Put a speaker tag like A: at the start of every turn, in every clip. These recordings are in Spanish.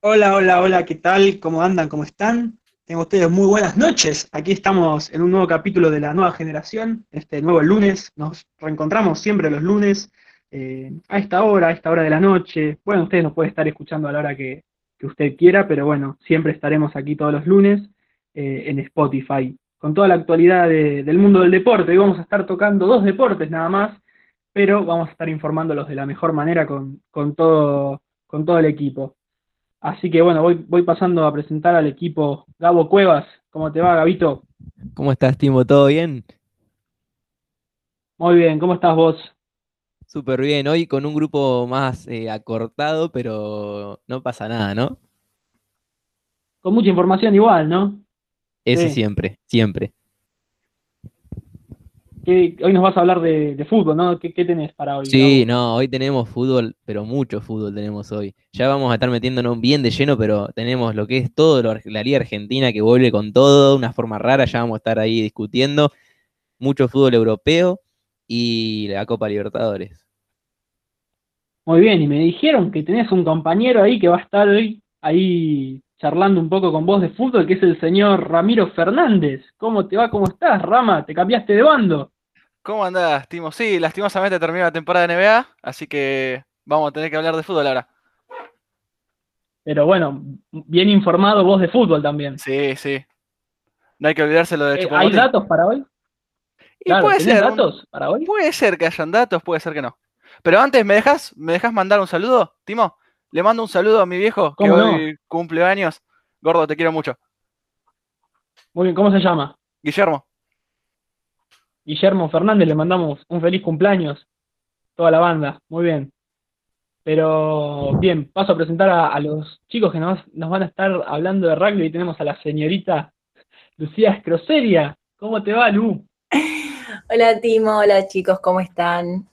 A: Hola, hola, hola, ¿qué tal? ¿Cómo andan? ¿Cómo están? Tengo ustedes muy buenas noches. Aquí estamos en un nuevo capítulo de la nueva generación, este nuevo lunes. Nos reencontramos siempre los lunes a esta hora de la noche. Bueno, ustedes nos pueden estar escuchando a la hora que usted quiera, pero bueno, siempre estaremos aquí todos los lunes en Spotify con toda la actualidad del mundo del deporte. Hoy vamos a estar tocando dos deportes nada más, pero vamos a estar informándolos de la mejor manera con todo el equipo. Así que bueno, voy pasando a presentar al equipo. Gabo Cuevas, ¿cómo te va, Gabito?
B: ¿Cómo estás, Timo? ¿Todo bien?
A: Muy bien, ¿cómo estás vos?
B: Súper bien. Hoy con un grupo más acortado, pero no pasa nada, ¿no?
A: Con mucha información igual, ¿no?
B: Eso
A: Sí.
B: siempre, siempre.
A: Hoy nos vas a hablar de fútbol, ¿no? ¿Qué tenés para hoy,
B: Sí,
A: Gabo?
B: no, hoy tenemos fútbol, pero mucho fútbol tenemos hoy. Ya vamos a estar metiéndonos bien de lleno, pero tenemos lo que es todo la Liga Argentina que vuelve con todo, una forma rara, ya vamos a estar ahí discutiendo. Mucho fútbol europeo y la Copa Libertadores.
A: Muy bien, y me dijeron que tenés un compañero ahí que va a estar hoy ahí charlando un poco con vos de fútbol, que es el señor Ramiro Fernández. ¿Cómo te va? ¿Cómo estás, Rama? ¿Te cambiaste de bando?
C: ¿Cómo andás, Timo? Sí, lastimosamente terminó la temporada de NBA, así que vamos a tener que hablar de fútbol ahora.
A: Pero bueno, bien informado vos de fútbol también.
C: Sí, sí. No hay que olvidarse lo de
A: ¿Hay
C: Chupomotín.
A: datos para hoy?
C: Y
A: Claro, ¿tenés datos para hoy?
C: puede ser que hayan datos, puede ser que no. Pero antes, ¿me dejas mandar un saludo, Timo? Le mando un saludo a mi viejo que
A: ¿Cómo no?
C: hoy cumple años. Gordo, te quiero mucho.
A: Muy bien, ¿cómo se llama?
C: Guillermo.
A: Guillermo Fernández, le mandamos un feliz cumpleaños, toda la banda, muy bien. Pero bien, paso a presentar a los chicos que nos van a estar hablando de rugby. Tenemos a la señorita Lucía Escroceria. ¿Cómo te va, Lu?
D: Hola Timo, hola chicos, ¿cómo están?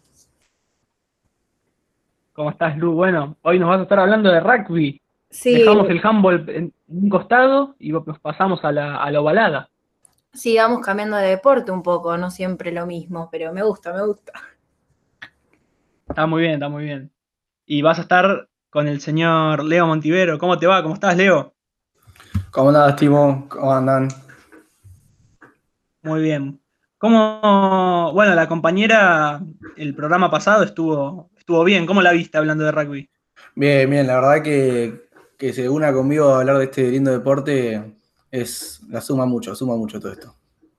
A: ¿Cómo estás, Lu? Bueno, hoy nos vas a estar hablando de rugby.
D: Sí,
A: Dejamos el handball en un costado y nos pasamos a la ovalada.
D: sigamos cambiando de deporte un poco, no siempre lo mismo, pero me gusta, me gusta.
A: Está muy bien, está muy bien. Y vas a estar con el señor Leo Montivero. ¿Cómo te va? ¿Cómo estás, Leo?
E: ¿Cómo andás, Timo? ¿Cómo andan?
A: Muy bien. ¿Cómo, bueno, la compañera, el programa pasado estuvo bien? ¿Cómo la viste hablando de rugby?
E: Bien, bien, la verdad que se una conmigo a hablar de este lindo deporte la suma mucho todo esto.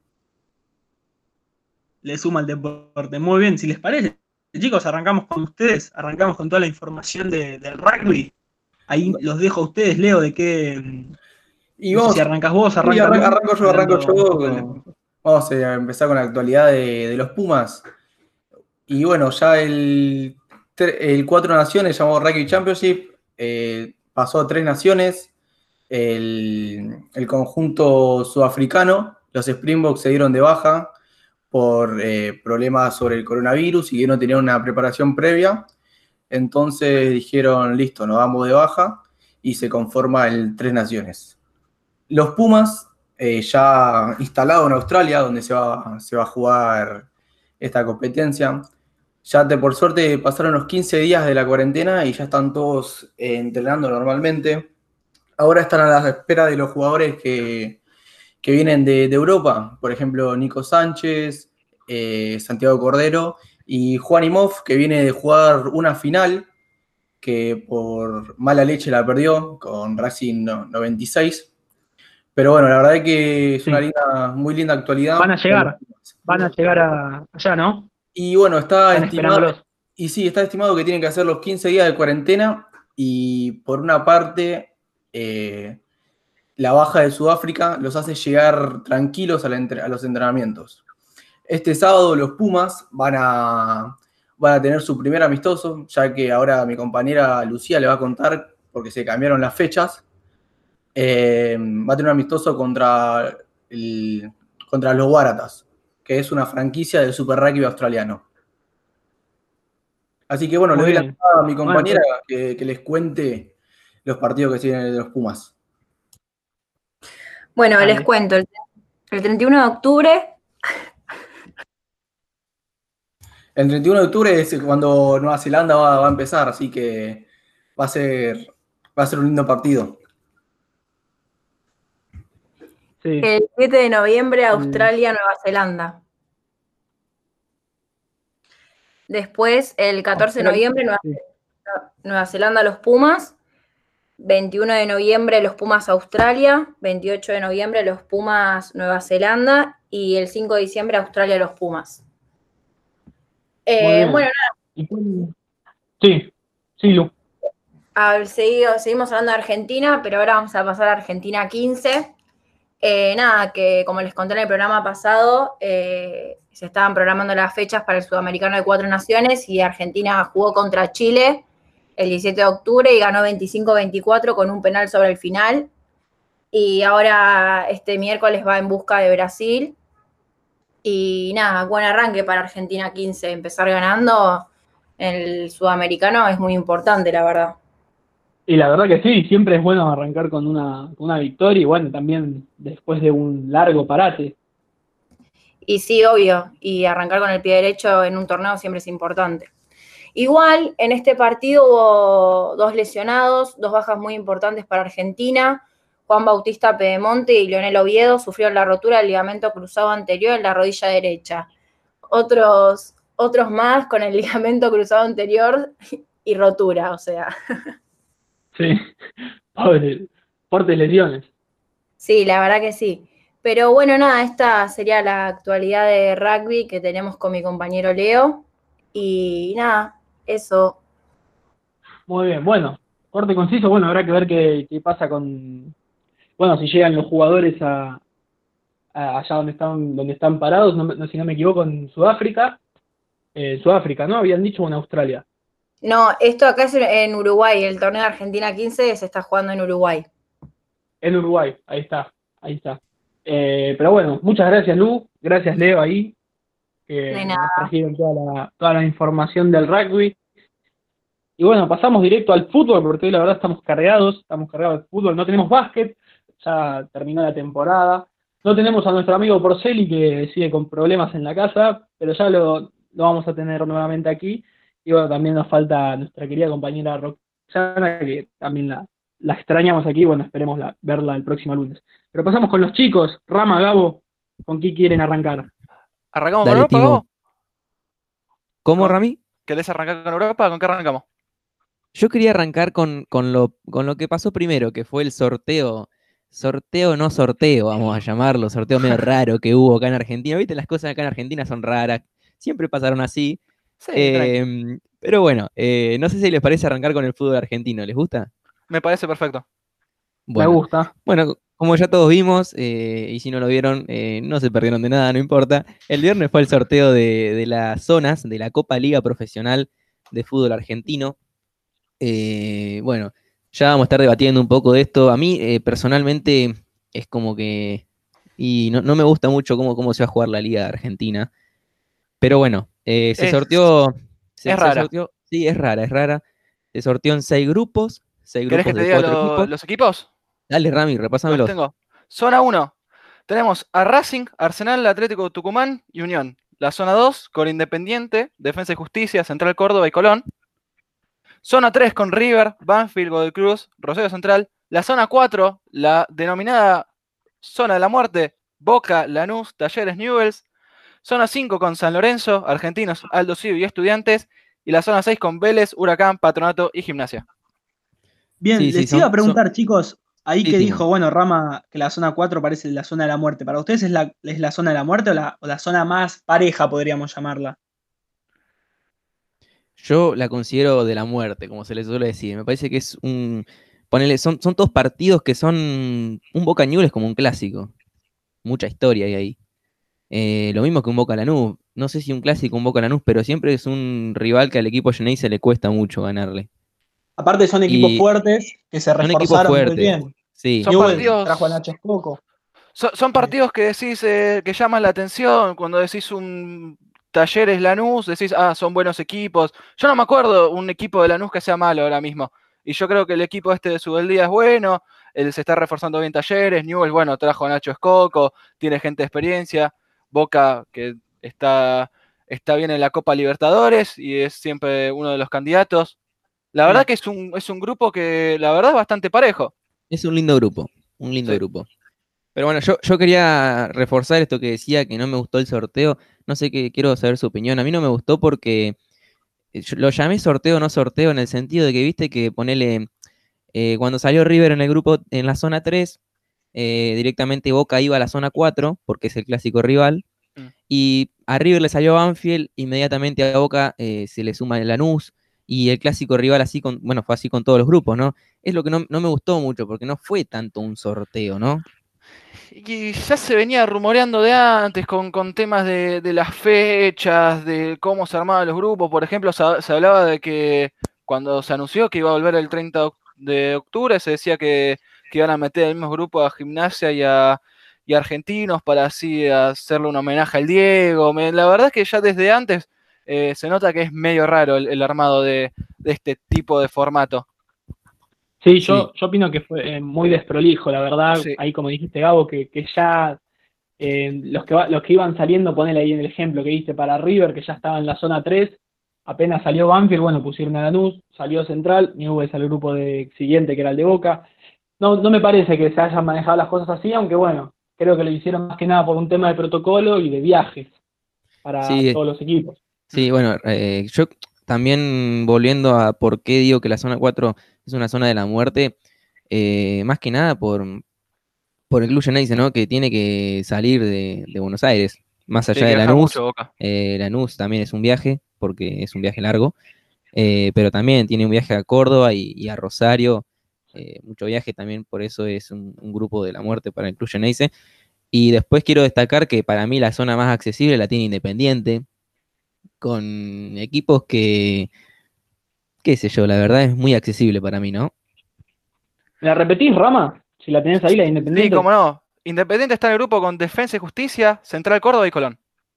A: Le suma al deporte. Muy bien, si les parece, chicos, arrancamos con ustedes, arrancamos con toda la información del rugby. Ahí los dejo a ustedes, Leo, de qué,
E: Y
A: no sé
E: vamos,
A: si arrancas vos,
E: sí,
A: arranca Lu,
E: arranco
A: hablando un poco del
E: yo.
A: deporte.
E: Vamos a empezar con la actualidad de los Pumas. Y bueno, ya el Cuatro Naciones llamado Rugby Championship pasó a Tres Naciones. El conjunto sudafricano, los Springboks se dieron de baja por problemas sobre el coronavirus y que no tenían una preparación previa. Entonces dijeron, listo, nos vamos de baja y se conforma el Tres Naciones. Los Pumas, ya instalados en Australia, donde se va a jugar esta competencia, por suerte pasaron los 15 días de la cuarentena y ya están todos entrenando normalmente. Ahora están a la espera de los jugadores que vienen de Europa, por ejemplo, Nico Sánchez, Santiago Cordero y Juan Imhoff, que viene de jugar una final que por mala leche la perdió con Racing 96. Pero bueno, la verdad es que es una
A: Sí.
E: muy linda
A: Van
E: actualidad.
A: a llegar, van a llegar allá, ¿no?
E: Y bueno, está
A: Están
E: estimado,
A: esperándolos.
E: y sí, está estimado que tienen que hacer los 15 días de cuarentena y por una parte, la baja de Sudáfrica los hace llegar tranquilos a los entrenamientos. Este sábado los Pumas van a tener su primer amistoso, ya que ahora mi compañera Lucía le va a contar, porque se cambiaron las fechas. Va a tener un amistoso contra los Waratahs, que es una franquicia del Super Rugby australiano. Así que bueno, le
A: Muy
E: doy la
A: bien.
E: entrada a mi
A: Bueno,
E: compañera que les cuente los partidos que tienen de los Pumas.
D: Bueno, les
A: dale.
D: cuento, el 31 de octubre,
E: El 31 de octubre es cuando Nueva Zelanda va a empezar, así que va a ser Va a ser un lindo partido.
A: Sí.
D: El 7 de noviembre, Australia, Nueva Zelanda. Después, el 14 de noviembre, Nueva Zelanda, los Pumas. 21 de noviembre, los Pumas, Australia. 28 de noviembre, los Pumas, Nueva Zelanda. Y el 5 de diciembre, Australia, los Pumas. Bueno, nada.
A: Sí, Lu.
D: Seguimos hablando de Argentina, pero ahora vamos a pasar a Argentina 15. Nada, que como les conté en el programa pasado, se estaban programando las fechas para el Sudamericano de 4 Naciones y Argentina jugó contra Chile el 17 de octubre y ganó 25-24 con un penal sobre el final. Y ahora este miércoles va en busca de Brasil. Y nada, buen arranque para Argentina 15. Empezar ganando en el Sudamericano es muy importante, la verdad.
A: Y la verdad que sí, siempre es bueno arrancar con una victoria y bueno, también después de un largo parate.
D: Y sí, obvio, y arrancar con el pie derecho en un torneo siempre es importante. Igual, en este partido hubo 2 lesionados, 2 bajas muy importantes para Argentina. Juan Bautista Pedemonte y Leonel Oviedo sufrieron la rotura del ligamento cruzado anterior en la rodilla derecha. Otros más con el ligamento cruzado anterior y rotura, o sea.
A: Sí, pobre, fuertes lesiones.
D: Sí, la verdad que sí. Pero bueno, nada, esta sería la actualidad de rugby que tenemos con mi compañero Leo. Y nada, eso.
A: Muy bien, bueno, corte conciso, bueno, habrá que ver qué pasa bueno, si llegan los jugadores allá donde están parados, si no me equivoco, en Sudáfrica. Sudáfrica, ¿no? Habían dicho o en Australia.
D: No, esto acá es en Uruguay, el torneo de Argentina 15 se está jugando en Uruguay.
A: En Uruguay, ahí está. Pero bueno, muchas gracias, Lu, gracias, Leo, ahí,
D: No hay
A: que
D: nada.
A: nos trajeron toda la información del rugby. Y bueno, pasamos directo al fútbol, porque hoy la verdad estamos cargados de fútbol, no tenemos básquet, ya terminó la temporada. No tenemos a nuestro amigo Porceli, que sigue con problemas en la casa, pero ya lo vamos a tener nuevamente aquí. Y bueno, también nos falta nuestra querida compañera Roxana, que también la extrañamos aquí, bueno, esperemos verla el próximo lunes. Pero pasamos con los chicos, Rama, Gabo, ¿con qué quieren arrancar?
C: ¿Arrancamos
B: Dale,
C: con Europa,
B: Timo.
C: Gabo?
B: ¿Cómo, Rami?
C: ¿Querés arrancar con Europa? ¿Con qué arrancamos?
B: Yo quería arrancar con lo que pasó primero, que fue el sorteo no sorteo, vamos a llamarlo, sorteo medio raro que hubo acá en Argentina. ¿Viste? Las cosas acá en Argentina son raras, siempre pasaron así.
C: Sí, tranqui.
B: Pero bueno, no sé si les parece arrancar con el fútbol argentino, ¿les gusta?
C: Me parece perfecto.
A: Me gusta.
B: Bueno, como ya todos vimos, y si no lo vieron, no se perdieron de nada, no importa. El viernes fue el sorteo de las zonas de la Copa Liga Profesional de Fútbol Argentino. Bueno, ya vamos a estar debatiendo un poco de esto. A mí, personalmente, es como que. Y no me gusta mucho cómo se va a jugar la Liga Argentina. Pero bueno, se sorteó.
C: Es rara.
B: Sorteó, sí, es rara. Se sorteó en 6 grupos. 6
C: ¿Querés
B: grupos
C: que te
B: de
C: diga
B: 4 equipos.
C: los equipos?
B: Dale, Rami,
C: Los
B: repásamelos.
C: tengo. Zona 1. Tenemos a Racing, Arsenal, Atlético Tucumán y Unión. La zona 2 con Independiente, Defensa y Justicia, Central Córdoba y Colón. Zona 3 con River, Banfield, Godoy Cruz, Rosario Central. La zona 4, la denominada Zona de la Muerte, Boca, Lanús, Talleres, Newell's. Zona 5 con San Lorenzo, Argentinos, Aldo Civi y Estudiantes. Y la zona 6 con Vélez, Huracán, Patronato y Gimnasia.
A: Bien,
B: Sí,
A: les
B: sí,
A: iba a preguntar, chicos, ahí
B: Sí,
A: que
B: Timo.
A: dijo, bueno, Rama, que la zona 4 parece la zona de la muerte. ¿Para ustedes es la zona de la muerte o la zona más pareja, podríamos llamarla?
B: Yo la considero de la muerte, como se les suele decir. Me parece que es un. Ponele, son todos partidos que son. Un Boca Newell's es como un clásico. Mucha historia hay ahí. Lo mismo que un Boca Lanús. No sé si un clásico, un Boca Lanús, pero siempre es un rival que al equipo Geneise le cuesta mucho ganarle.
A: Aparte son equipos
B: Y
A: fuertes que se
B: son equipos
A: reforzaron muy
B: fuertes.
A: bien.
B: Sí.
C: Son
A: Newell's
C: partidos.
A: trajo a Nacho Escoco.
C: Son partidos que decís que llaman la atención. Cuando decís un Talleres Lanús, decís, son buenos equipos. Yo no me acuerdo un equipo de Lanús que sea malo ahora mismo. Y yo creo que el equipo este de Subeldía es bueno. Él se está reforzando bien Talleres. Newell's, bueno, trajo a Nacho Escoco. Tiene gente de experiencia. Boca, que está bien en la Copa Libertadores y es siempre uno de los candidatos. La verdad que es un grupo que la verdad es bastante parejo.
B: Es un lindo grupo, un lindo
C: Sí.
B: grupo. Pero bueno, yo quería reforzar esto que decía, que no me gustó el sorteo. No sé qué, quiero saber su opinión. A mí no me gustó porque yo lo llamé sorteo, no sorteo, en el sentido de que viste que ponele, cuando salió River en el grupo, en la zona 3, directamente Boca iba a la zona 4, porque es el clásico rival,
C: Mm.
B: y a River le salió Banfield, inmediatamente a Boca se le suma el Lanús, y el clásico rival así bueno, fue así con todos los grupos, ¿no? Es lo que no me gustó mucho, porque no fue tanto un sorteo, ¿no?
C: Y ya se venía rumoreando de antes con temas de las fechas, de cómo se armaban los grupos. Por ejemplo, se hablaba de que cuando se anunció que iba a volver el 30 de octubre, se decía que iban a meter el mismo grupo a Gimnasia y Argentinos para así hacerle un homenaje al Diego. La verdad es que ya desde antes se nota que es medio raro el armado de este tipo de formato.
A: Sí,
B: Sí.
A: yo opino que fue muy desprolijo, la verdad.
C: Sí.
A: Ahí, como dijiste, Gabo, que ya los que iban saliendo, ponele ahí en el ejemplo que diste para River, que ya estaba en la zona 3, apenas salió Banfield, bueno, pusieron a Lanús, salió Central, Newell's al grupo siguiente, que era el de Boca. No me parece que se hayan manejado las cosas así, aunque bueno, creo que lo hicieron más que nada por un tema de protocolo y de viajes para
B: Sí,
A: todos los equipos.
B: sí, bueno, yo también volviendo a por qué digo que la zona 4 es una zona de la muerte, más que nada por el Club Geneise, ¿no? Que tiene que salir de Buenos Aires, más
C: Tiene
B: allá
C: que
B: de
C: viajar mucho
B: Lanús.
C: Boca.
B: Lanús también es un viaje, porque es un viaje largo, pero también tiene un viaje a Córdoba y a Rosario, mucho viaje también, por eso es un grupo de la muerte para el Club Geneise. Y después quiero destacar que para mí la zona más accesible la tiene Independiente, con equipos que, qué sé yo, la verdad es muy accesible para mí, ¿no?
A: ¿Me la repetís, Rama? Si la tenés ahí, la de
C: Sí,
A: Independiente.
C: cómo no. Independiente está en el grupo con Defensa y Justicia, Central Córdoba y Colón.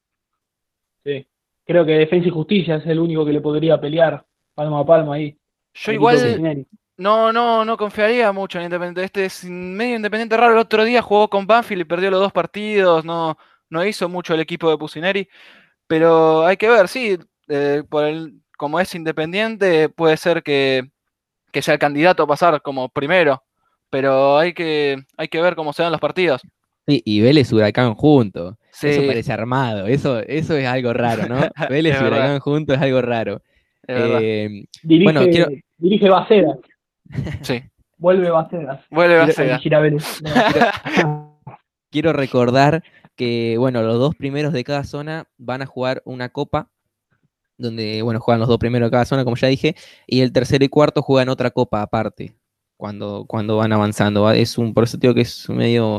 A: Sí. Creo que Defensa y Justicia es el único que le podría pelear palmo a palmo ahí
C: Yo
A: al equipo de
B: Sí,
C: igual
A: Pusineri.
C: no confiaría mucho en Independiente. Este es medio Independiente raro. El otro día jugó con Banfield y perdió los 2 partidos. No hizo mucho el equipo de Pusineri. Pero hay que ver, sí. Como es Independiente, puede ser que sea el candidato a pasar como primero. Pero hay que ver cómo se dan los partidos.
B: sí, y Vélez Huracán juntos. Eso
C: Sí,
B: parece armado, eso es algo raro, ¿no?
C: es
B: Vélez y
C: verdad,
B: Huracán juntos es algo raro.
C: es verdad.
B: Eh, bueno,
A: Dirige Bacedas,
C: Sí,
A: vuelve Bacedas
C: vuelve a
B: quiero,
A: a
C: ser.
A: dirigir a Vélez.
B: quiero, quiero recordar que, bueno, los dos primeros de cada zona van a jugar una copa, donde, bueno, juegan los dos primeros de cada zona, como ya dije, y el tercero y cuarto juegan otra copa aparte, cuando van avanzando. Por eso digo que es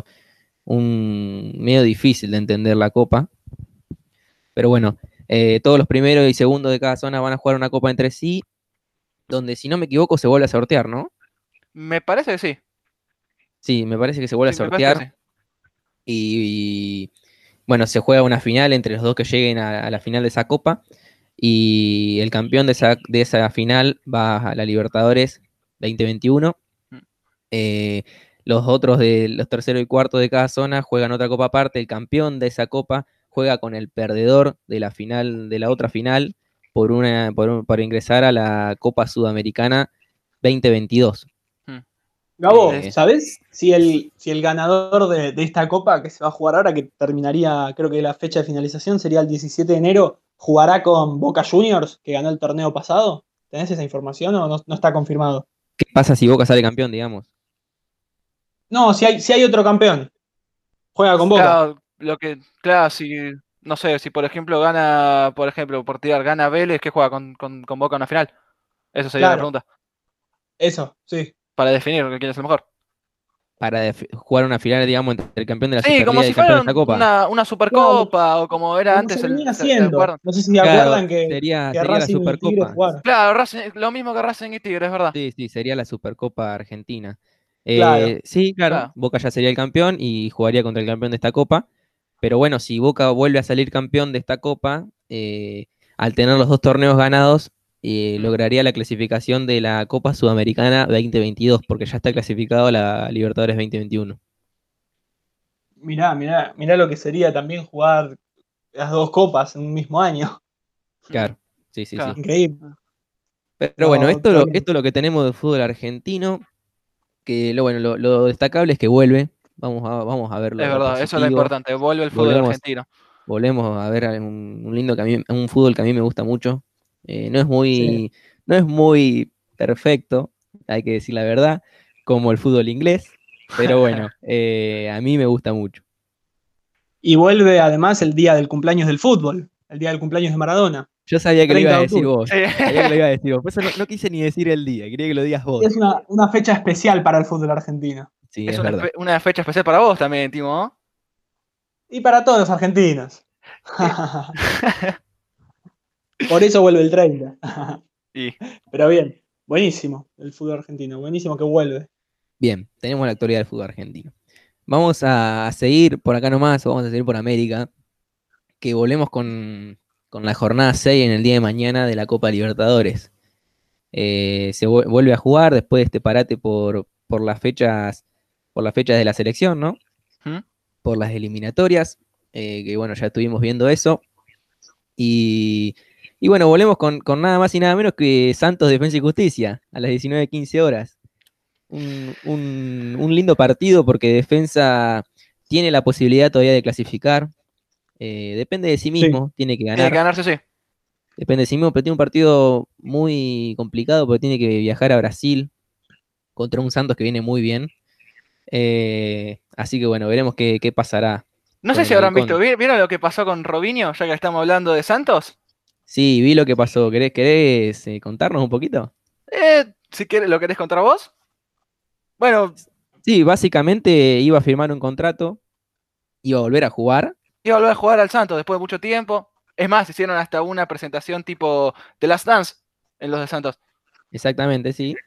B: medio difícil de entender la copa. Pero bueno, todos los primeros y segundos de cada zona van a jugar una copa entre sí, donde si no me equivoco se vuelve a sortear, ¿no?
C: Me parece que sí.
B: Sí, me parece que se vuelve a
C: Sí, me parece que
B: sortear
C: sí.
B: y, bueno, se juega una final entre los dos que lleguen a la final de esa copa y el campeón de esa final va a la Libertadores 2021.
C: Mm.
B: Los otros de los terceros y cuartos de cada zona juegan otra copa aparte. El campeón de esa copa juega con el perdedor de la final, de la otra final, por ingresar a la Copa Sudamericana 2022.
C: Mm.
A: Gabo,
B: Eh,
A: ¿sabés si el ganador de esta copa que se va a jugar ahora, que terminaría, creo que la fecha de finalización sería el 17 de enero, jugará con Boca Juniors, que ganó el torneo pasado? ¿Tenés esa información o no está confirmado?
B: ¿Qué pasa si Boca sale campeón, digamos?
A: No, si hay otro campeón, juega con Boca.
C: Claro, si, no sé, si por ejemplo gana, por ejemplo, por tirar, gana Vélez, que juega con Boca en una final. Eso sería la
A: Claro,
C: pregunta.
A: eso, sí.
C: Para definir quién es el mejor.
B: Para jugar una final, digamos, entre el campeón de la
C: Sí, como
B: Superliga y
C: si
B: el campeón de
C: fuera
B: esta Copa.
C: una
A: Claro,
C: Supercopa o como era
A: como se
C: antes
A: venía
C: ¿se
A: haciendo.
C: acuerdan?
A: No sé si se
B: Claro,
A: acuerdan que
B: sería la
A: Racing y Tigre
B: Supercopa.
A: jugaron.
C: Claro, lo mismo que Racing y Tigre, es verdad.
B: Sí, sí, sería la Supercopa Argentina.
A: Claro.
B: Sí, claro,
C: Claro.
B: Boca ya sería el campeón y jugaría contra el campeón de esta Copa. Pero bueno, si Boca vuelve a salir campeón de esta Copa, al tener los dos torneos ganados,
C: Mm.
B: lograría la clasificación de la Copa Sudamericana 2022, porque ya está clasificado a la Libertadores 2021.
A: Mirá lo que sería también jugar las dos copas en un mismo año.
C: Mm.
B: Claro, sí, sí, sí.
C: Claro.
A: Increíble.
B: Pero bueno,
A: Todo bien.
B: esto es lo que tenemos de fútbol argentino, que lo destacable es que vuelve. Vamos a ver
C: Es
B: lo
C: verdad, eso es lo
B: positivo.
C: importante. Vuelve el fútbol
B: Volvemos,
C: argentino.
B: volvemos a ver un lindo un fútbol que a mí me gusta mucho. No es
A: Sí.
B: no es muy perfecto, hay que decir la verdad, como el fútbol inglés, pero bueno, a mí me gusta mucho.
A: Y vuelve además el día del cumpleaños del fútbol, el día del cumpleaños de Maradona,
B: Yo sabía que lo
A: 30
B: ibas a
A: de
B: decir
A: octubre.
B: vos,
C: Sí.
B: sabía que lo ibas a decir vos, por eso no quise ni decir el día, quería que lo digas vos.
A: Es una fecha especial para el fútbol argentino.
B: Sí,
C: Es
B: es verdad.
C: una fecha especial para vos también, Timo, ¿no?
A: Y para todos los argentinos. Por eso vuelve el 30.
C: Y
A: Pero bien, buenísimo el fútbol argentino, buenísimo que vuelve.
B: Bien, tenemos la actualidad del fútbol argentino. Vamos a seguir por acá nomás, o vamos a seguir por América, que volvemos con la jornada 6 en el día de mañana de la Copa Libertadores. Se vuelve a jugar después de este parate por las fechas de la selección, ¿no?
C: ¿Mm?
B: Por las eliminatorias, que bueno, ya estuvimos viendo eso. Y bueno, volvemos con nada más y nada menos que Santos Defensa y Justicia a las 19:15 horas. Un lindo partido porque Defensa tiene la posibilidad todavía de clasificar. Depende de sí
A: Sí.
B: mismo, tiene que
C: tiene que
B: ganar.
C: ganarse, sí.
B: Depende de sí mismo, pero tiene un partido muy complicado porque tiene que viajar a Brasil contra un Santos que viene muy bien. Así que bueno, veremos qué pasará
C: No
B: con
C: sé
B: el
C: si habrán visto,
B: halcón.
C: ¿vieron lo que pasó con Robinho, ya que estamos hablando de Santos?
B: Sí, vi lo que pasó. ¿Querés contarnos un poquito?
C: Si querés, ¿lo querés contar vos? Bueno,
B: Sí, básicamente iba a firmar un contrato, iba a volver a jugar.
C: iba a volver a jugar al Santos después de mucho tiempo. Es más, hicieron hasta una presentación tipo The Last Dance en los de Santos.
B: Exactamente, sí.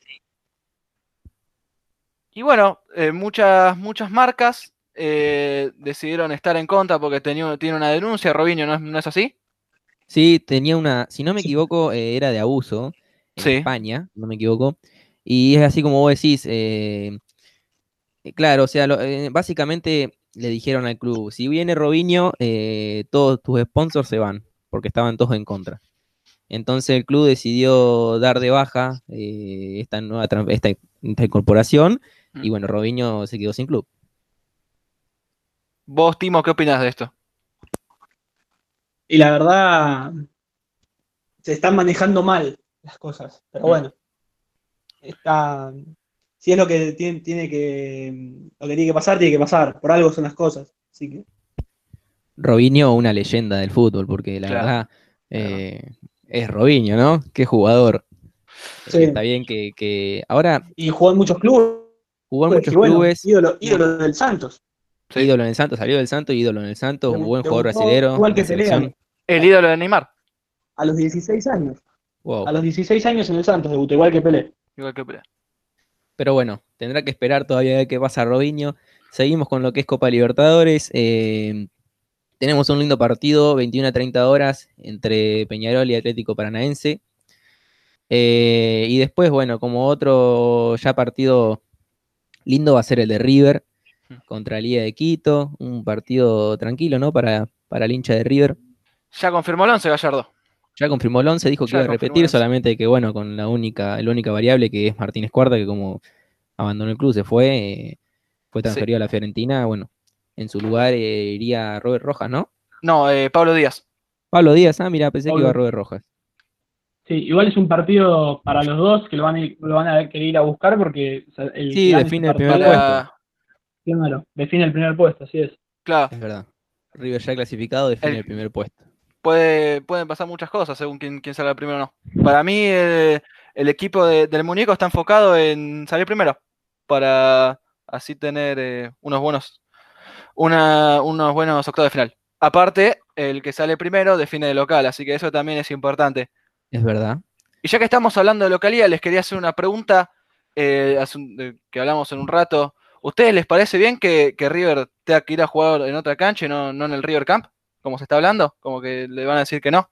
C: Y bueno, muchas marcas decidieron estar en contra porque tiene una denuncia. Robinho, ¿no es así?
B: Sí, tenía si no me
A: Sí.
B: equivoco, era de abuso en
C: Sí.
B: España, no me equivoco. Y es así como vos decís, claro, o sea, básicamente le dijeron al club, si viene Robinho, todos tus sponsors se van, porque estaban todos en contra. Entonces el club decidió dar de baja esta incorporación y bueno, Robinho se quedó sin club.
C: Vos, Timo, ¿qué opinás de esto?
A: Y la verdad, se están manejando mal las cosas. Pero bueno, está, si es lo que tiene que pasar, tiene que pasar. Por algo son las cosas. Así que,
B: Robinho, una leyenda del fútbol, porque la
C: Claro,
B: verdad
C: claro.
B: es Robinho, ¿no? Qué jugador.
A: sí.
B: Está bien que ahora
A: Y jugó en muchos clubes.
B: jugó en
A: Y
B: muchos
A: bueno,
B: clubes,
A: ídolo del Santos.
C: Sí.
B: ídolo en el Santos, salió del Santos, ídolo en el Santos, un buen jugador
A: Debutó
B: brasilero
A: igual
B: en la
A: que Pelé
B: selección.
C: El ídolo de Neymar,
A: a los 16 años.
B: Wow.
A: A los 16 años en el Santos debutó, igual que Pelé.
C: igual que Pelé.
B: Pero bueno, tendrá que esperar todavía a ver qué pasa Robinho. Seguimos con lo que es Copa Libertadores. Tenemos un lindo partido, 21 a 30 horas, entre Peñarol y Atlético Paranaense. Y después, bueno, como otro ya partido lindo va a ser el de River contra Liga de Quito. Un partido tranquilo, ¿no? Para el hincha de River.
C: Ya confirmó el 11 Gallardo.
B: Ya confirmó el 11, dijo que
C: Ya
B: iba a
C: confirmó el
B: repetir,
C: 11.
B: solamente que bueno, con la única variable que es Martínez Cuarta, que como abandonó el club, se fue
C: Sí.
B: transferido a la Fiorentina. Bueno, en su lugar iría Robert Rojas, ¿no?
C: No, Pablo Díaz.
B: Pablo Díaz, mira, pensé que iba
A: Obvio.
B: Robert Rojas.
A: Sí, igual es un partido para los dos que lo van a querer ir a buscar porque el
B: Sí,
A: que gane
B: define
A: ese
B: el primer
A: partido,
B: puesto.
A: claro, define el primer puesto, así es.
C: Claro,
B: Es verdad. River ya clasificado define
C: El-
B: el primer puesto.
C: pueden pasar muchas cosas según quién salga primero o no. Para mí, el equipo del muñeco está enfocado en salir primero. Para así tener unos buenos octavos de final. Aparte, el que sale primero define de local, así que eso también es importante.
B: Es verdad.
C: Y ya que estamos hablando de localidad, les quería hacer una pregunta que hablamos en un rato. ¿Ustedes les parece bien que River tenga que ir a jugar en otra cancha y no en el River Camp? Como se está hablando, como que le van a decir que no.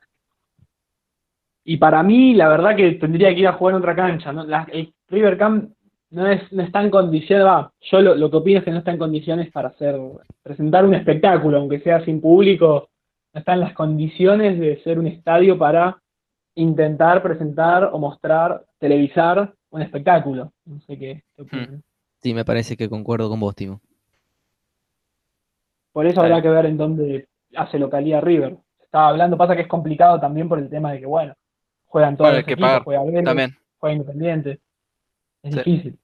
A: Y para mí, la verdad que tendría que ir a jugar en otra cancha, ¿no? El River Camp no está en condiciones, yo lo que opino es que no está en condiciones para presentar un espectáculo, aunque sea sin público, no está en las condiciones de ser un estadio para intentar presentar o mostrar, televisar un espectáculo. No sé qué opinan.
B: Sí, me parece que concuerdo con vos, Timo.
A: Por eso
C: Está
A: habrá
C: bien.
A: que ver en dónde hace localía River. Estaba hablando, pasa que es complicado también por el tema de que, bueno, juegan todos
C: Bueno, hay
A: los
C: que
A: equipos,
C: pagar
A: juega Vélez,
C: también.
A: juega Independiente, es
C: Sí.
A: difícil.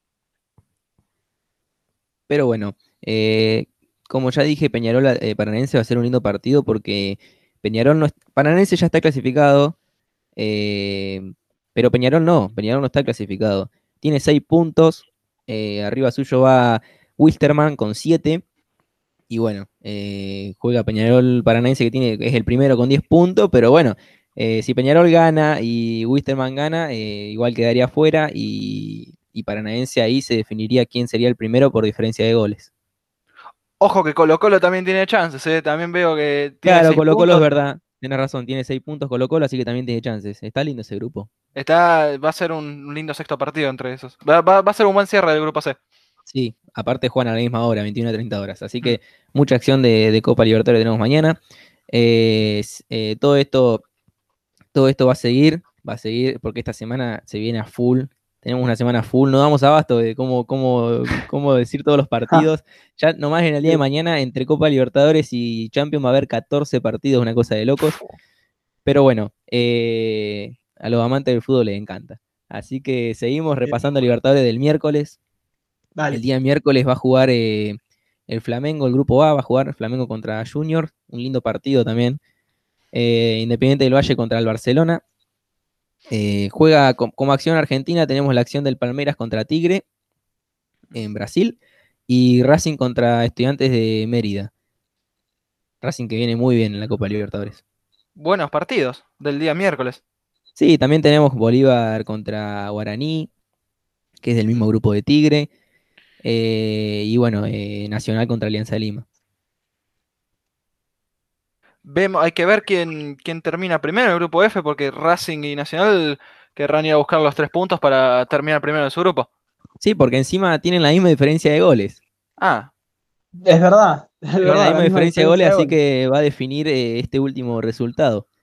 B: Pero bueno, como ya dije, Peñarol Paranaense va a ser un lindo partido porque Peñarol no Paranaense ya está clasificado, eh, pero Peñarol no está clasificado. Tiene 6 puntos, arriba suyo va Wilstermann con 7, y bueno, juega Peñarol Paranaense es el primero con 10 puntos, pero bueno, si Peñarol gana y Wilstermann gana, igual quedaría fuera y Paranaense ahí se definiría quién sería el primero por diferencia de goles.
C: Ojo que Colo-Colo también tiene chances, ¿eh? También veo que tiene
B: Claro,
C: 6
B: Colo-Colo es
C: puntos.
B: verdad, tienes razón, tiene 6 puntos Colo-Colo, así que también tiene chances. Está lindo ese grupo.
C: Va a ser un lindo sexto partido entre esos. Va a ser un buen cierre del grupo C.
B: Sí, aparte juegan a la misma hora, 21 a 30 horas, así
C: Mm.
B: que mucha acción de Copa Libertadores tenemos mañana. Todo esto va a seguir porque esta semana se viene a full. Tenemos una semana full, no damos abasto de cómo decir todos los
A: Ja,
B: partidos. Ya nomás en el día de
A: sí.
B: mañana, entre Copa Libertadores y Champions va a haber 14 partidos, una cosa de locos. Pero bueno, a los amantes del fútbol les encanta. Así que seguimos repasando Libertadores del miércoles. El
A: Dale.
B: día miércoles va a jugar el Flamengo, el grupo A, va a jugar Flamengo contra Junior, un lindo partido también. Independiente del Valle contra el Barcelona. Juega como acción argentina, tenemos la acción del Palmeiras contra Tigre en Brasil y Racing contra Estudiantes de Mérida. Racing que viene muy bien en la Copa Libertadores.
C: Buenos partidos del día miércoles.
B: Sí, también tenemos Bolívar contra Guaraní, que es del mismo grupo de Tigre. Y bueno, Nacional contra Alianza de Lima.
C: Hay que ver quién termina primero en el grupo F, porque Racing y Nacional querrán ir a buscar los 3 puntos para terminar primero en su grupo.
B: Sí, porque encima tienen la misma diferencia de goles.
C: Ah,
A: Es
B: Tienen la
A: verdad, la
B: misma
A: misma
B: diferencia de goles,
A: diferencia de
B: así
A: goles.
B: que va a definir este último resultado.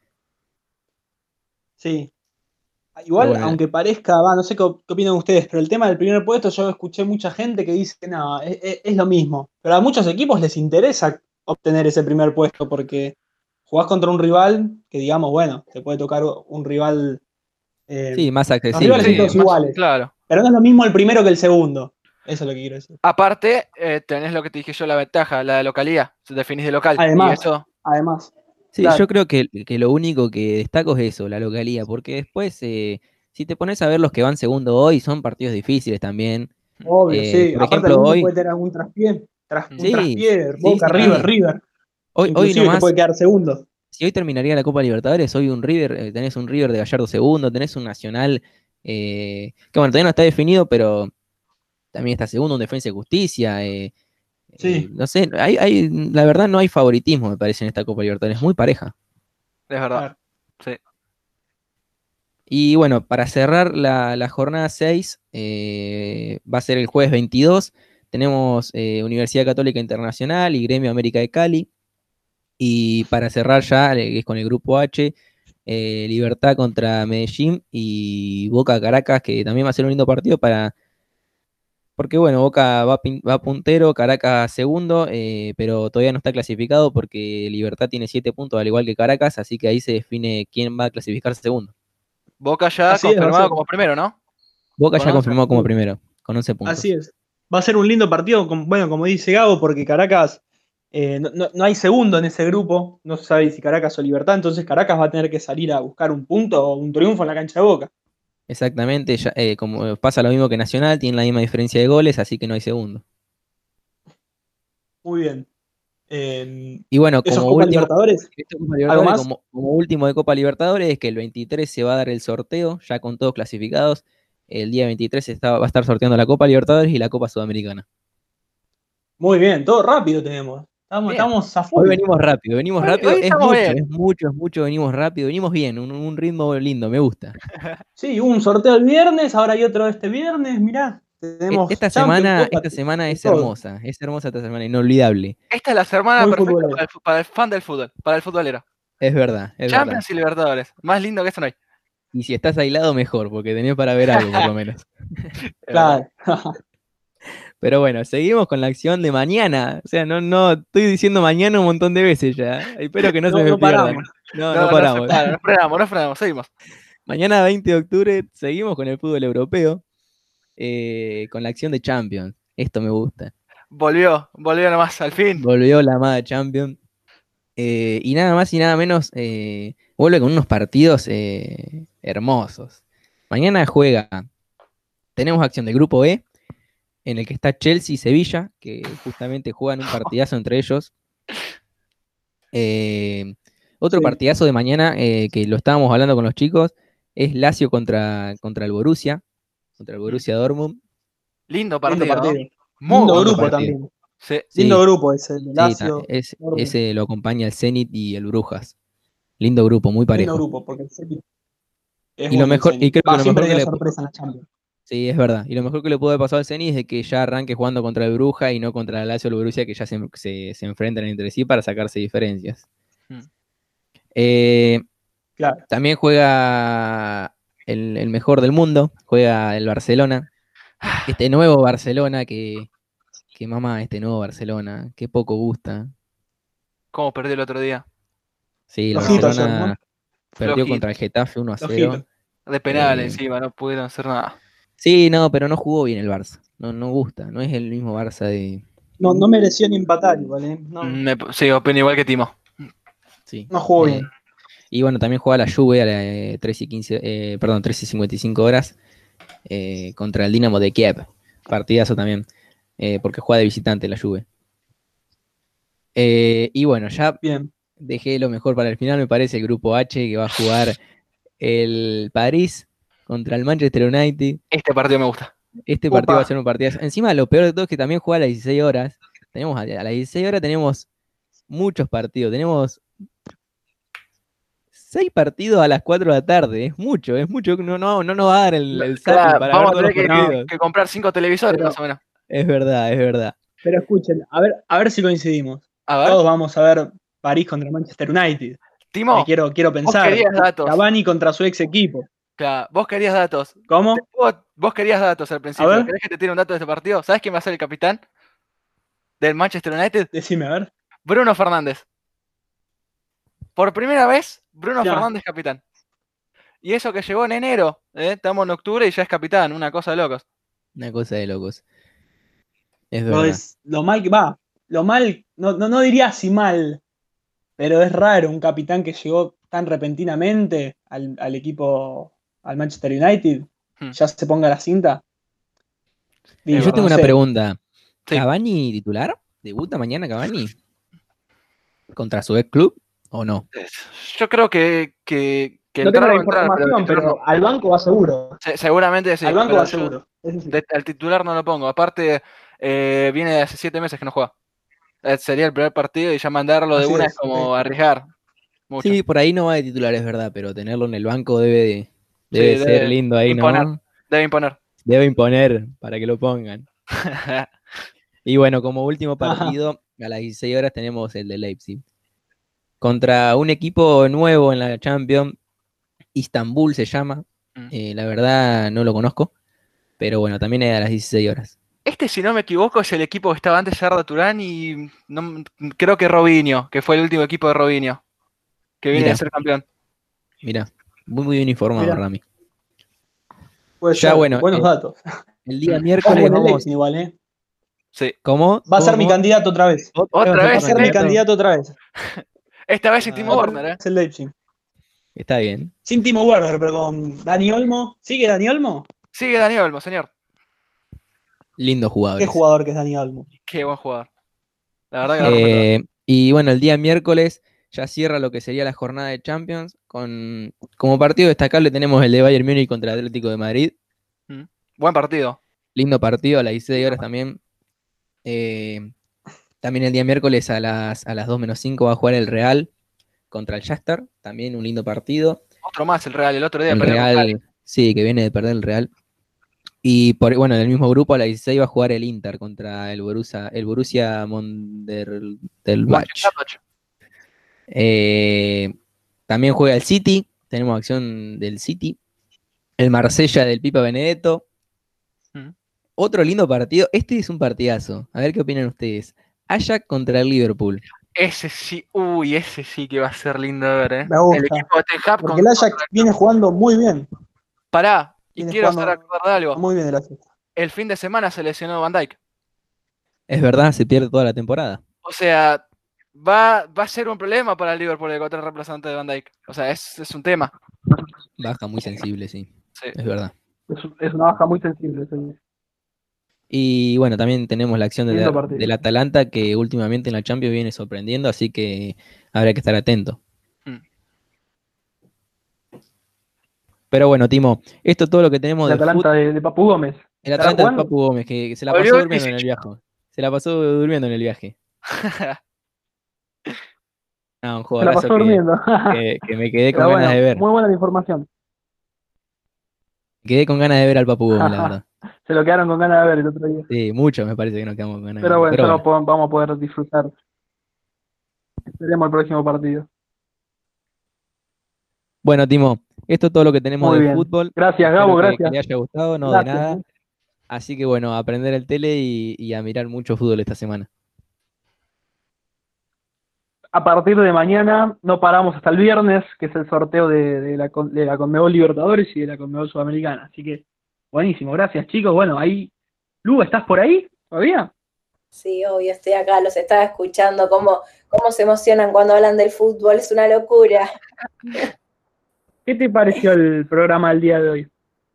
A: Sí.
B: Pero
A: Igual,
B: bueno,
A: aunque parezca, no sé qué opinan ustedes, pero el tema del primer puesto, yo escuché mucha gente que dice que no, es lo mismo. Pero a muchos equipos les interesa obtener ese primer puesto porque jugás contra un rival que, digamos, bueno, te puede tocar un rival.
B: sí, más
A: Los rivales
B: accesible,
A: son
C: sí,
A: todos
B: digamos.
C: más
A: iguales,
C: claro.
A: pero no es lo mismo el primero que el segundo. Eso es lo que quiero decir.
C: Aparte, tenés lo que te dije yo, la ventaja, la de localidad. Se definís de local. Y
A: Además,
C: eso,
A: además,
B: Sí, yo
A: claro,
B: creo que lo único que destaco es eso, la localía, porque después, si te pones a ver los que van segundo hoy, son partidos difíciles también.
A: obvio, sí.
B: Por
A: Aparte,
B: ejemplo,
A: alguno
B: hoy,
A: puede tener algún traspié, un
C: mm,
B: sí,
A: traspié,
B: sí,
A: Boca,
B: sí,
A: River,
B: sí.
A: River.
B: Hoy
A: Inclusive te puede
B: nomás,
A: quedar segundo.
B: si hoy terminaría la Copa Libertadores, hoy un River, tenés un River de Gallardo segundo, tenés un Nacional, que bueno, todavía no está definido, pero también está segundo, un Defensa y Justicia.
A: Sí,
B: No sé, la verdad no hay favoritismo, me parece, en esta Copa Libertadores, es muy pareja.
C: es verdad.
A: claro.
C: Sí.
B: Y bueno, para cerrar la jornada 6, va a ser el jueves 22. Tenemos Universidad Católica Internacional y Gremio América de Cali. Y para cerrar ya, que es con el grupo H, Libertad contra Medellín y Boca Caracas, que también va a ser un lindo partido porque bueno, Boca va puntero, Caracas segundo, pero todavía no está clasificado porque Libertad tiene 7 puntos, al igual que Caracas, así que ahí se define quién va a clasificarse segundo.
C: Boca ya
A: Así es, va a ser.
C: confirmado como primero, ¿no?
B: Boca
C: Con
B: ya
C: 11.
B: confirmado como
A: Sí,
B: primero, con 11
A: así
B: puntos.
A: es. Va a ser un lindo partido, bueno, como dice Gabo, porque Caracas, no hay segundo en ese grupo, no se sabe si Caracas o Libertad, entonces Caracas va a tener que salir a buscar un punto o un triunfo en la cancha de Boca.
B: Exactamente, como pasa lo mismo que Nacional, tienen la misma diferencia de goles, así que no hay segundo.
A: Muy bien. Eh,
B: Y bueno,
A: ¿Eso es Copa Libertadores?
B: esto es Copa
A: ¿Algo
B: Libertadores,
A: más?
B: como último de Copa Libertadores, es que el 23 se va a dar el sorteo, ya con todos clasificados. El día 23 va a estar sorteando la Copa Libertadores y la Copa Sudamericana.
A: Muy bien, todo rápido tenemos.
C: Bien.
A: Estamos a
B: Hoy
A: full.
B: venimos rápido,
C: Hoy estamos bien.
B: es mucho, venimos rápido, venimos bien, un ritmo lindo, me gusta.
A: Sí, hubo un sorteo el viernes, ahora hay otro este viernes, mirá. Tenemos
B: Esta
A: Champions,
B: semana,
A: Copa,
B: esta semana
A: de todo.
B: es hermosa esta semana, inolvidable.
C: Esta es la semana
A: Muy
C: perfecta
A: futbolero.
C: para el fan del fútbol, para el futbolero.
B: Es verdad, es verdad.
C: Champions y Libertadores. Más lindo que eso no hay.
B: Y si estás aislado, mejor, porque tenés para ver algo, por lo menos.
A: Claro.
B: Pero bueno, seguimos con la acción de mañana. O sea, no estoy diciendo mañana un montón de veces ya. Espero que no se me
A: No
B: pierdan.
A: paramos.
B: No paramos.
C: No frenamos, seguimos.
B: Mañana 20 de octubre seguimos con el fútbol europeo, con la acción de Champions. Esto me gusta.
C: Volvió nomás, al fin.
B: Volvió la amada Champions. Y nada más y nada menos, vuelve con unos partidos hermosos. Mañana tenemos acción del grupo E, en el que está Chelsea y Sevilla, que justamente juegan un partidazo entre ellos. Otro
A: Sí.
B: partidazo de mañana, que lo estábamos hablando con los chicos, es Lazio contra el Borussia Dortmund.
C: Lindo
A: Lindo
C: partido.
A: partido.
C: Muy
A: Lindo
C: buen
A: grupo
B: partido.
A: también.
C: Sí.
B: Sí.
A: Lindo grupo ese, el
B: Sí,
A: Lazio. Dortmund.
B: ese lo acompaña el Zenit y el Brujas. Lindo grupo, muy
A: Lindo
B: parejo.
A: grupo, porque el Zenit es
B: Y lo
A: bueno el
B: mejor,
A: Zenit.
B: y creo que lo
A: siempre
B: mejor que
A: dio
B: le
A: sorpresa en la Champions.
B: Sí, es verdad. Y lo mejor que le puede pasar al Zenit es de que ya arranque jugando contra el Bruja y no contra el Lazio o el Borussia, que ya se enfrentan entre sí para sacarse diferencias.
C: Mm.
A: Claro.
B: También juega el mejor del mundo, juega el Barcelona. Este nuevo Barcelona que mamá, este nuevo Barcelona, qué poco gusta.
C: ¿Cómo perdió el otro día?
B: Sí, el
A: Flojito
B: Barcelona
A: ayer, ¿no?
B: perdió
C: Flojito.
B: contra el Getafe 1-0.
A: Flojito.
C: De penal
B: Eh,
C: encima, no pudieron hacer nada.
B: Sí, no, pero no jugó bien el Barça. No gusta, no es el mismo Barça de...
A: No mereció ni empatar igual, ¿eh?
C: Sí, opino igual que Timo.
B: Sí.
A: No jugó bien.
B: Y bueno, también juega la Juve a las 13:55 horas contra el Dinamo de Kiev. Partidazo también, porque juega de visitante la Juve. Y bueno, ya
A: Bien.
B: dejé lo mejor para el final, me parece, el grupo H, que va a jugar el París contra el Manchester United.
C: Este partido me gusta.
B: Este partido va a
A: Opa.
B: ser un partidazo. Encima, lo peor de todo es que también juega a las 16 horas. A las 16 horas tenemos muchos partidos. Tenemos 6 partidos a las 4 de la tarde. Es mucho. No nos va a dar el zapping
C: Claro,
B: para
C: vamos
B: ver
C: a
B: todos
C: tener
B: los partidos.
C: que comprar 5 televisores,
A: Pero-
C: más o menos.
B: Es verdad.
A: Pero escuchen, a ver si coincidimos.
C: A ver,
A: Todos vamos a ver París contra Manchester United.
C: Timo,
A: Quiero
C: vos
A: pensar.
C: querías datos.
A: Cavani contra su ex equipo.
C: Claro, vos querías datos.
A: ¿Cómo?
C: Vos querías datos al principio.
A: A ver.
C: ¿Querés que te tire un dato de este partido? ¿Sabés quién va a ser el capitán del Manchester United?
A: Decime, a ver.
C: Bruno Fernández. Por primera vez, Bruno
A: Ya.
C: Fernández capitán. Y eso que llegó en enero, estamos en octubre y ya es capitán, una cosa de locos.
B: Una cosa de locos. Es
A: Lo,
B: verdad.
A: lo mal que va. Lo mal, no diría si mal, pero es raro un capitán que llegó tan repentinamente al equipo, al Manchester United, ya se ponga la cinta. Digo,
B: Yo tengo
A: no
B: una
A: sé.
B: pregunta.
C: Sí.
B: ¿Cavani titular? ¿Debuta mañana Cavani? ¿Contra su ex club o no?
C: Yo creo que
A: No tengo
C: entrar
A: la
C: va a entrar,
A: información,
C: titular
A: pero al banco va seguro.
C: seguramente sí.
A: Al banco
C: pero
A: va
C: yo
A: seguro. Eso sí.
C: al titular no lo pongo. Aparte, viene de hace 7 meses que no juega. Sería el primer partido y ya mandarlo de
A: Así
C: una
A: es,
C: es como
A: sí.
C: arriesgar mucho.
B: Sí, por ahí no va de titular, es verdad, pero tenerlo en el banco debe
C: Sí,
B: ser lindo ahí,
C: imponer,
B: ¿no?
C: Debe imponer.
B: Debe imponer para que lo pongan. Y bueno, como último
A: Ajá.
B: partido, a las 16 horas tenemos el de Leipzig. Contra un equipo nuevo en la Champions, Istanbul se llama. La verdad no lo conozco, pero bueno, también es a las 16 horas.
C: Este, si no me equivoco, es el equipo que estaba antes de Arda Turán y creo que Robinho, que fue el último equipo de Robinho, que viene
B: Mirá.
C: de ser campeón.
B: Mirá, muy bien informado,
A: Mirá.
B: Rami.
A: Puede
B: Ya,
A: ser.
B: bueno,
A: Buenos datos.
B: El día
A: Ojo
B: miércoles
A: con el
B: vamos...
A: Leipzig igual, ¿eh?
C: Sí.
B: ¿Cómo?
A: Va a ser
B: ¿Cómo?
A: mi candidato otra vez.
C: Otra
B: Va a
C: vez,
A: Va a ser mi
C: Neto.
A: candidato otra vez.
C: Esta vez sin Timo
B: Ah,
C: Werner,
A: Es el Leipzig.
B: Está bien.
A: Sin Timo Werner, pero con Dani Olmo. ¿Sigue Dani Olmo?
C: Sigue Dani Olmo, señor.
B: Lindo jugador.
A: Qué jugador que es Dani Olmo.
C: Qué buen jugador. La verdad que lo rompe todo.
B: Y bueno, el día miércoles ya cierra lo que sería la jornada de Champions. Como partido destacable tenemos el de Bayern Múnich contra el Atlético de Madrid.
C: Buen partido.
B: Lindo partido a las 16 horas también. También el día miércoles a las 2:05 va a jugar el Real contra el Shakhtar. También un lindo partido.
C: Otro más, el Real. El otro día
B: El
C: perdió con Cali.
B: Real, sí, que viene de perder el Real. Y bueno, en el mismo grupo a las 16 va a jugar el Inter contra el Borussia Mönchengladbach.
C: Mönchengladbach.
B: También juega el City tenemos acción del City, el Marsella del Pipa Benedetto. Otro lindo partido, este es un partidazo, a ver qué opinan ustedes. Ajax contra el Liverpool.
C: Ese sí que va a ser lindo de ver, ¿eh?
A: Me gusta.
C: El equipo de Ten Hag
A: Porque el Ajax viene jugando muy bien.
C: Pará, y
A: Viene
C: quiero
A: jugando
C: hacer acordar de algo.
A: muy bien el Ajax.
C: El fin de semana se lesionó Van Dijk.
B: Es verdad, se pierde toda la temporada.
C: O sea, va a ser un problema para el Liverpool encontrar reemplazante de Van Dijk. O sea, es un tema.
B: Baja muy sensible, sí,
C: Sí.
B: es verdad.
A: Es una baja muy sensible. Sí.
B: Y bueno, también tenemos la acción
A: Lindo partido.
B: del Atalanta que últimamente en la Champions viene sorprendiendo, así que habrá que estar atento. Pero bueno, Timo, esto es todo lo que tenemos
A: El
B: de
A: Atalanta de Papu Gómez.
B: El Atalanta de
A: jugando?
B: Papu Gómez, que se la
C: Volvió
B: pasó
C: el
B: durmiendo en el viaje. Se la pasó durmiendo en el viaje. No, un
A: Se la
B: jugadorazo
A: pasó durmiendo.
B: que me quedé con
A: Pero
B: ganas
A: bueno,
B: de ver.
A: muy buena la información.
B: Me quedé con ganas de ver al Papu Gómez, la verdad.
A: Se lo quedaron con ganas de ver el otro día.
B: Sí, mucho me parece que nos quedamos con ganas de
A: Pero
B: ver.
A: bueno, ya lo vamos a poder disfrutar. Esperemos el próximo partido.
B: Bueno, Timo, esto es todo lo que tenemos
A: Muy
B: de
A: bien.
B: fútbol.
A: Gracias,
B: Espero
A: Gabo,
B: que
A: gracias.
B: le haya gustado, no
A: Gracias,
B: de nada. Así que bueno, a aprender el tele y a mirar mucho fútbol esta semana.
A: A partir de mañana no paramos hasta el viernes, que es el sorteo de la Conmebol Libertadores y de la Conmebol Sudamericana. Así que, buenísimo, gracias chicos. Bueno, ahí, Lu, ¿estás por ahí todavía?
D: Sí, obvio, estoy acá, los estaba escuchando, cómo se emocionan cuando hablan del fútbol, es una locura.
A: ¿Qué te pareció el programa del día de hoy?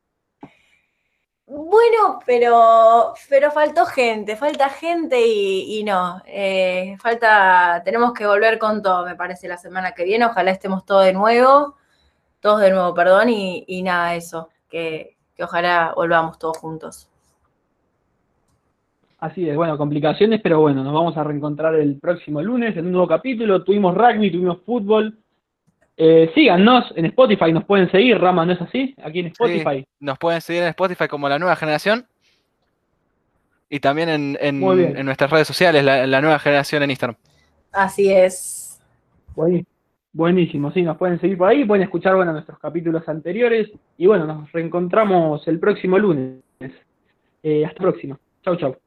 D: Bueno, pero falta gente y no, tenemos que volver con todo, me parece, la semana que viene, ojalá estemos todos de nuevo, perdón, y nada, eso, que ojalá volvamos todos juntos.
A: Así es, bueno, complicaciones, pero bueno, nos vamos a reencontrar el próximo lunes en un nuevo capítulo. Tuvimos rugby, tuvimos fútbol. Síganos en Spotify, nos pueden seguir, Rama, ¿no es así? Aquí en Spotify.
C: Sí, nos pueden seguir en Spotify como La Nueva Generación y también en nuestras redes sociales, la Nueva Generación en Instagram.
D: Así es.
A: Buenísimo, sí, nos pueden seguir por ahí, pueden escuchar, bueno, nuestros capítulos anteriores y bueno, nos reencontramos el próximo lunes. Hasta la próxima. Chau, chau.